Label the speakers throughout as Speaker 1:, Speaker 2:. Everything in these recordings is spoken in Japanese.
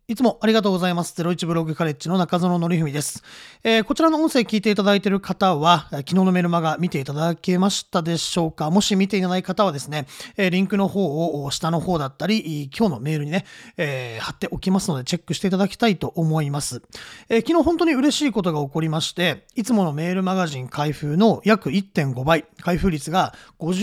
Speaker 1: いつもありがとうございます。01ブログカレッジの中園則文です。こちらの音声聞いていただいている方は、昨日のメルマガ見ていただけましたでしょうか。もし見ていない方はですね、リンクの方を下の方だったり、今日のメールにね、貼っておきますので、チェックしていただきたいと思います。昨日本当に嬉しいことが起こりまして、いつものメールマガジン開封の約 1.5 倍、開封率が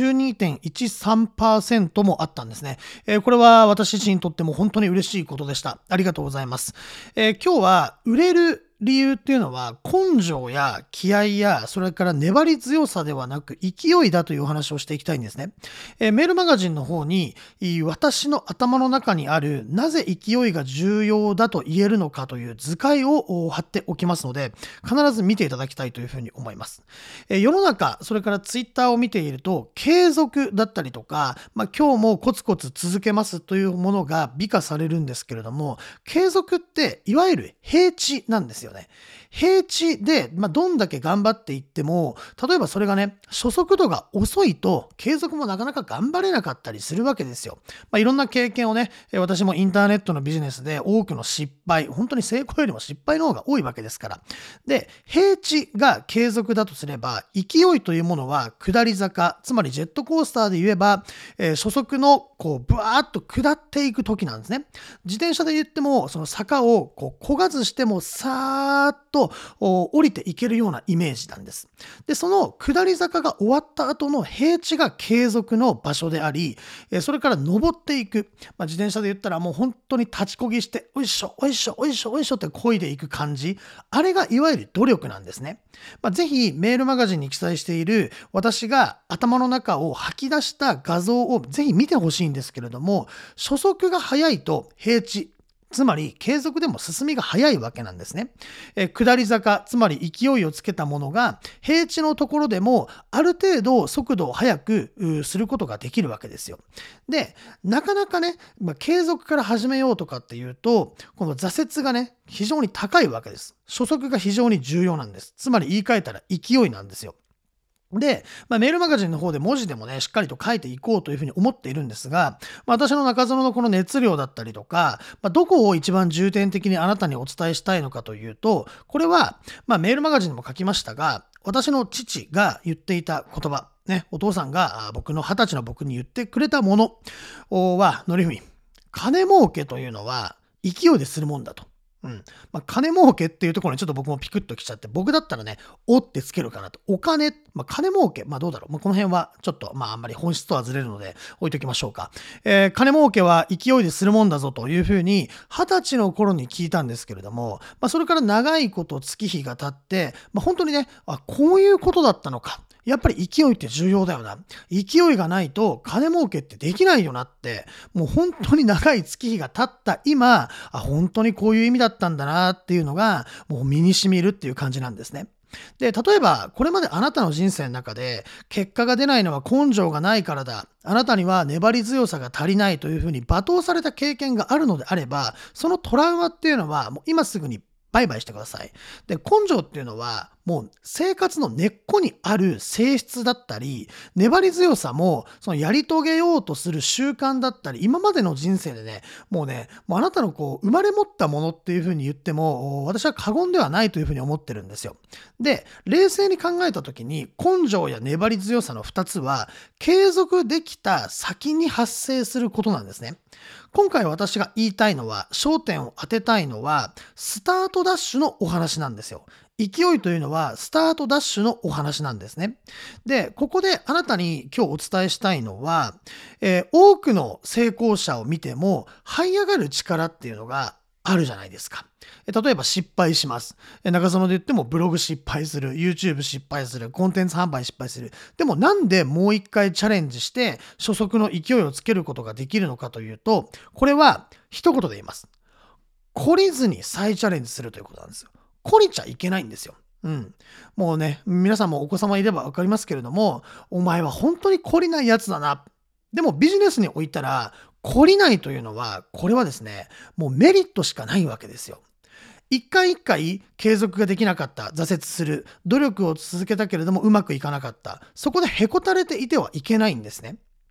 Speaker 1: 52.13% もあったんですね。これは私自身にとっても本当に嬉しいことでした。ありがとうございます。今日は売れる理由っていうのは根性や気合やそれから粘り強さではなく勢いだというお話をしていきたいんですね。メールマガジンの方に私の頭の中にあるなぜ勢いが重要だと言えるのかという図解を貼っておきますので必ず見ていただきたいというふうに思います。世の中それからツイッターを見ていると継続だったりとか、今日もコツコツ続けますというものが美化されるんですけれども、継続っていわゆる平地なんですよね。平地で、どんだけ頑張っていっても、例えばそれがね、初速度が遅いと継続もなかなか頑張れなかったりするわけですよ。いろんな経験をね、私もインターネットのビジネスで多くの失敗、本当に成功よりも失敗の方が多いわけですから。で、平地が継続だとすれば、勢いというものは下り坂、つまりジェットコースターで言えば、初速のこうブワーッと下っていく時なんですね。自転車で言ってもその坂をこう漕がずしてもさーっと降りていけるようなイメージなんです。で、その下り坂が終わった後の平地が継続の場所であり、それから登っていく、自転車で言ったらもう本当に立ちこぎしておいしょおいしょおいしょおいしょって漕いでいく感じ、あれがいわゆる努力なんですね。ぜひメールマガジンに記載している私が頭の中を吐き出した画像をぜひ見てほしいんですけれども、初速が速いと平地、つまり継続でも進みが速いわけなんですね。下り坂、つまり勢いをつけたものが平地のところでもある程度速度を速くすることができるわけですよ。で、なかなかね、継続から始めようとかっていうと、この挫折がね、非常に高いわけです。初速が非常に重要なんです。つまり言い換えたら勢いなんですよ。で、メールマガジンの方で文字でもね、しっかりと書いていこうというふうに思っているんですが、私の中園のこの熱量だったりとか、どこを一番重点的にあなたにお伝えしたいのかというと、これは、メールマガジンにも書きましたが、私の父が言っていた言葉、ね、お父さんが僕の20歳の僕に言ってくれたものは、則文、金儲けというのは勢いでするもんだと。金儲けっていうところにちょっと僕もピクッときちゃって、僕だったらね、おってつけるかなと。お金、金儲け、どうだろう。この辺はちょっと、あんまり本質とはずれるので置いときましょうか。金儲けは勢いでするもんだぞというふうに、20歳の頃に聞いたんですけれども、それから長いこと月日が経って、本当にね、こういうことだったのか。やっぱり勢いって重要だよな。勢いがないと金儲けってできないよなって、もう本当に長い月日が経った今、本当にこういう意味だったんだなっていうのが、もう身に染みるっていう感じなんですね。で、例えば、これまであなたの人生の中で、結果が出ないのは根性がないからだ。あなたには粘り強さが足りないというふうに罵倒された経験があるのであれば、そのトラウマっていうのは、もう今すぐにバイバイしてください。で、根性っていうのは、もう生活の根っこにある性質だったり、粘り強さも、そのやり遂げようとする習慣だったり、今までの人生でね、もうあなたのこう、生まれ持ったものっていうふうに言っても、私は過言ではないというふうに思ってるんですよ。で、冷静に考えた時に、根性や粘り強さの2つは、継続できた先に発生することなんですね。今回私が言いたいのは、焦点を当てたいのは、スタートダッシュのお話なんですよ。勢いというのはスタートダッシュのお話なんですね。で、ここであなたに今日お伝えしたいのは、多くの成功者を見ても、這い上がる力っていうのがあるじゃないですか。例えば失敗します。中園で言ってもブログ失敗する、YouTube 失敗する、コンテンツ販売失敗する。でもなんでもう一回チャレンジして初速の勢いをつけることができるのかというと、これは一言で言います。懲りずに再チャレンジするということなんですよ。懲りちゃいけないんですよ。もうね、皆さんもお子様いればわかりますけれども、お前は本当に懲りないやつだな。でもビジネスにおいたら、懲りないというのは、これはですね、もうメリットしかないわけですよ。一回一回継続ができなかった、挫折する、努力を続けたけれどもうまくいかなかった。そこでへこたれていてはいけないんですね。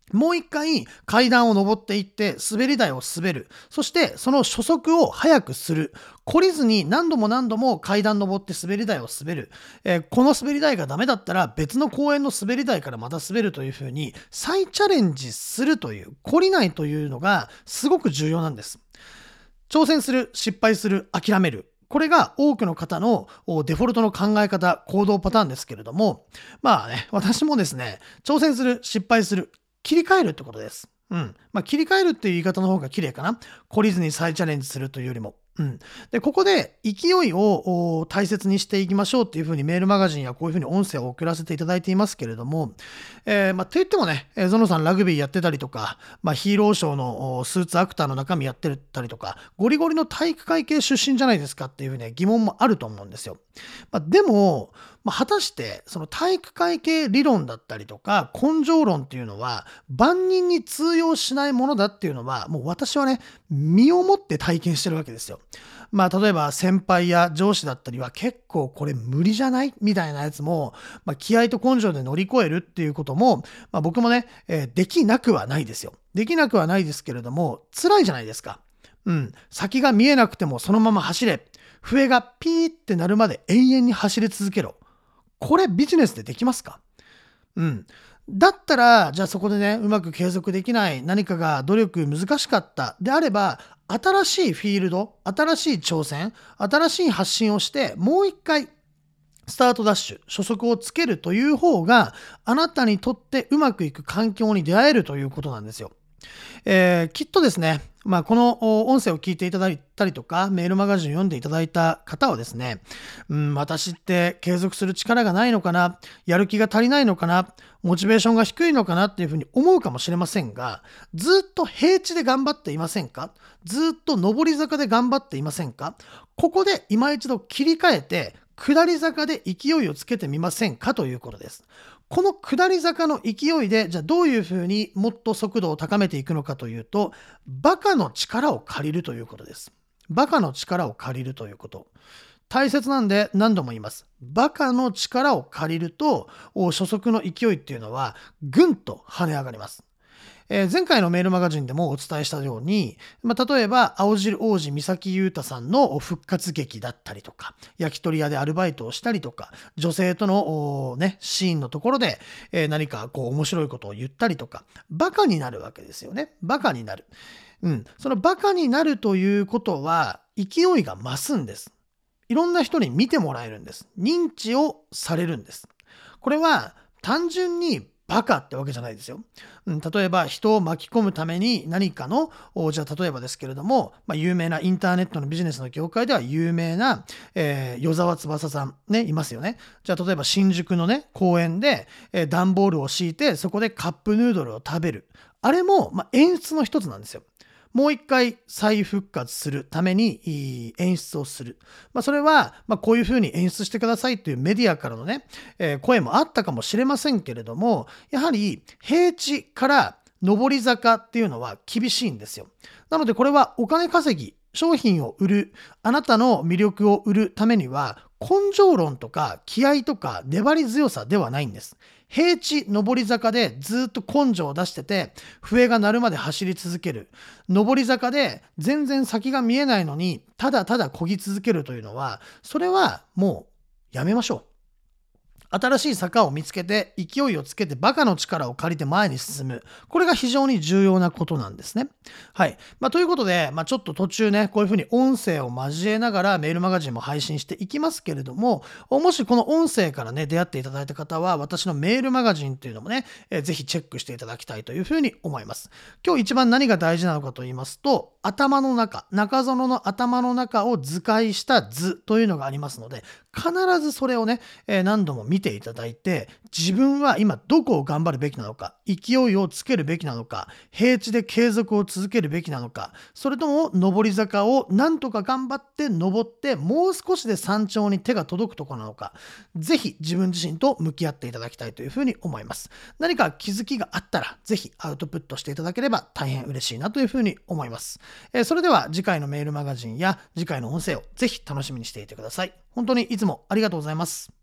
Speaker 1: もう一回階段を登っていって滑り台を滑る。そしてその初速を速くする。懲りずに何度も何度も階段登って滑り台を滑る。この滑り台がダメだったら別の公園の滑り台からまた滑るというふうに再チャレンジするという、懲りないというのがすごく重要なんです。挑戦する、失敗する、諦める。これが多くの方のデフォルトの考え方、行動パターンですけれども、私もですね、挑戦する、失敗する、切り替えるってことです。切り替えるっていう言い方の方が綺麗かな。懲りずに再チャレンジするというよりも。で、ここで勢いを大切にしていきましょうっていうふうにメールマガジンやこういうふうに音声を送らせていただいていますけれども、と言ってもね、ゾノさんラグビーやってたりとか、ヒーローショーのスーツアクターの中身やってたりとか、ゴリゴリの体育会系出身じゃないですかっていうふうに疑問もあると思うんですよ。でも、果たしてその体育会系理論だったりとか根性論っていうのは万人に通用しないものだっていうのはもう私はね、身をもって体験してるわけですよ。例えば先輩や上司だったりは結構これ無理じゃないみたいなやつも、気合と根性で乗り越えるっていうことも、僕もね、できなくはないですよ。できなくはないですけれども辛いじゃないですか。先が見えなくてもそのまま走れ。笛がピーって鳴るまで永遠に走り続けろ。これビジネスでできますか？だったら、じゃあそこでね、うまく継続できない、何かが努力難しかったであれば、新しいフィールド、新しい挑戦、新しい発信をして、もう一回、スタートダッシュ、初速をつけるという方が、あなたにとってうまくいく環境に出会えるということなんですよ。きっとですね、この音声を聞いていただいたりとか、メールマガジンを読んでいただいた方はですね、私って継続する力がないのかな、やる気が足りないのかな、モチベーションが低いのかなっていうふうに思うかもしれませんが、ずっと平地で頑張っていませんか？ずっと上り坂で頑張っていませんか？ここで今一度切り替えて、下り坂で勢いをつけてみませんかということです。この下り坂の勢いで、じゃあどういうふうにもっと速度を高めていくのかというと、バカの力を借りるということです。バカの力を借りるということ。大切なんで何度も言います。バカの力を借りると、初速の勢いっていうのはぐんと跳ね上がります。前回のメールマガジンでもお伝えしたように、例えば青汁王子三崎優太さんの復活劇だったりとか、焼き鳥屋でアルバイトをしたりとか、女性とのシーンのところで、何か面白いことを言ったりとか、バカになるわけですよね。バカになる。そのバカになるということは勢いが増すんです。いろんな人に見てもらえるんです。認知をされるんです。これは単純にバカってわけじゃないですよ。例えば人を巻き込むために何かの、じゃあ例えばですけれども、有名なインターネットのビジネスの業界では有名な、与沢翼さんね、いますよね。じゃあ例えば新宿のね、公園で、段ボールを敷いてそこでカップヌードルを食べる。あれも、演出の一つなんですよ。もう一回再復活するために演出をする。それは、こういうふうに演出してくださいというメディアからのね、声もあったかもしれませんけれども、やはり平地から上り坂っていうのは厳しいんですよ。なのでこれはお金稼ぎ、商品を売る、あなたの魅力を売るためには根性論とか気合とか粘り強さではないんです。平地上り坂でずっと根性を出してて、笛が鳴るまで走り続ける。上り坂で全然先が見えないのに、ただただ漕ぎ続けるというのは、それはもうやめましょう。新しい坂を見つけて勢いをつけてバカの力を借りて前に進む。これが非常に重要なことなんですね。はい。ということで、ちょっと途中ね、こういうふうに音声を交えながらメールマガジンも配信していきますけれども、もしこの音声からね、出会っていただいた方は、私のメールマガジンというのもね、ぜひチェックしていただきたいというふうに思います。今日一番何が大事なのかと言いますと、頭の中、中園の頭の中を図解した図というのがありますので、必ずそれをね、何度も見ていただいて、自分は今どこを頑張るべきなのか、勢いをつけるべきなのか、平地で継続を続けるべきなのか、それとも上り坂をなんとか頑張って登って、もう少しで山頂に手が届くところなのか、ぜひ自分自身と向き合っていただきたいというふうに思います。何か気づきがあったら、ぜひアウトプットしていただければ大変嬉しいなというふうに思います。それでは次回のメールマガジンや次回の音声をぜひ楽しみにしていてください。本当にいつもありがとうございます。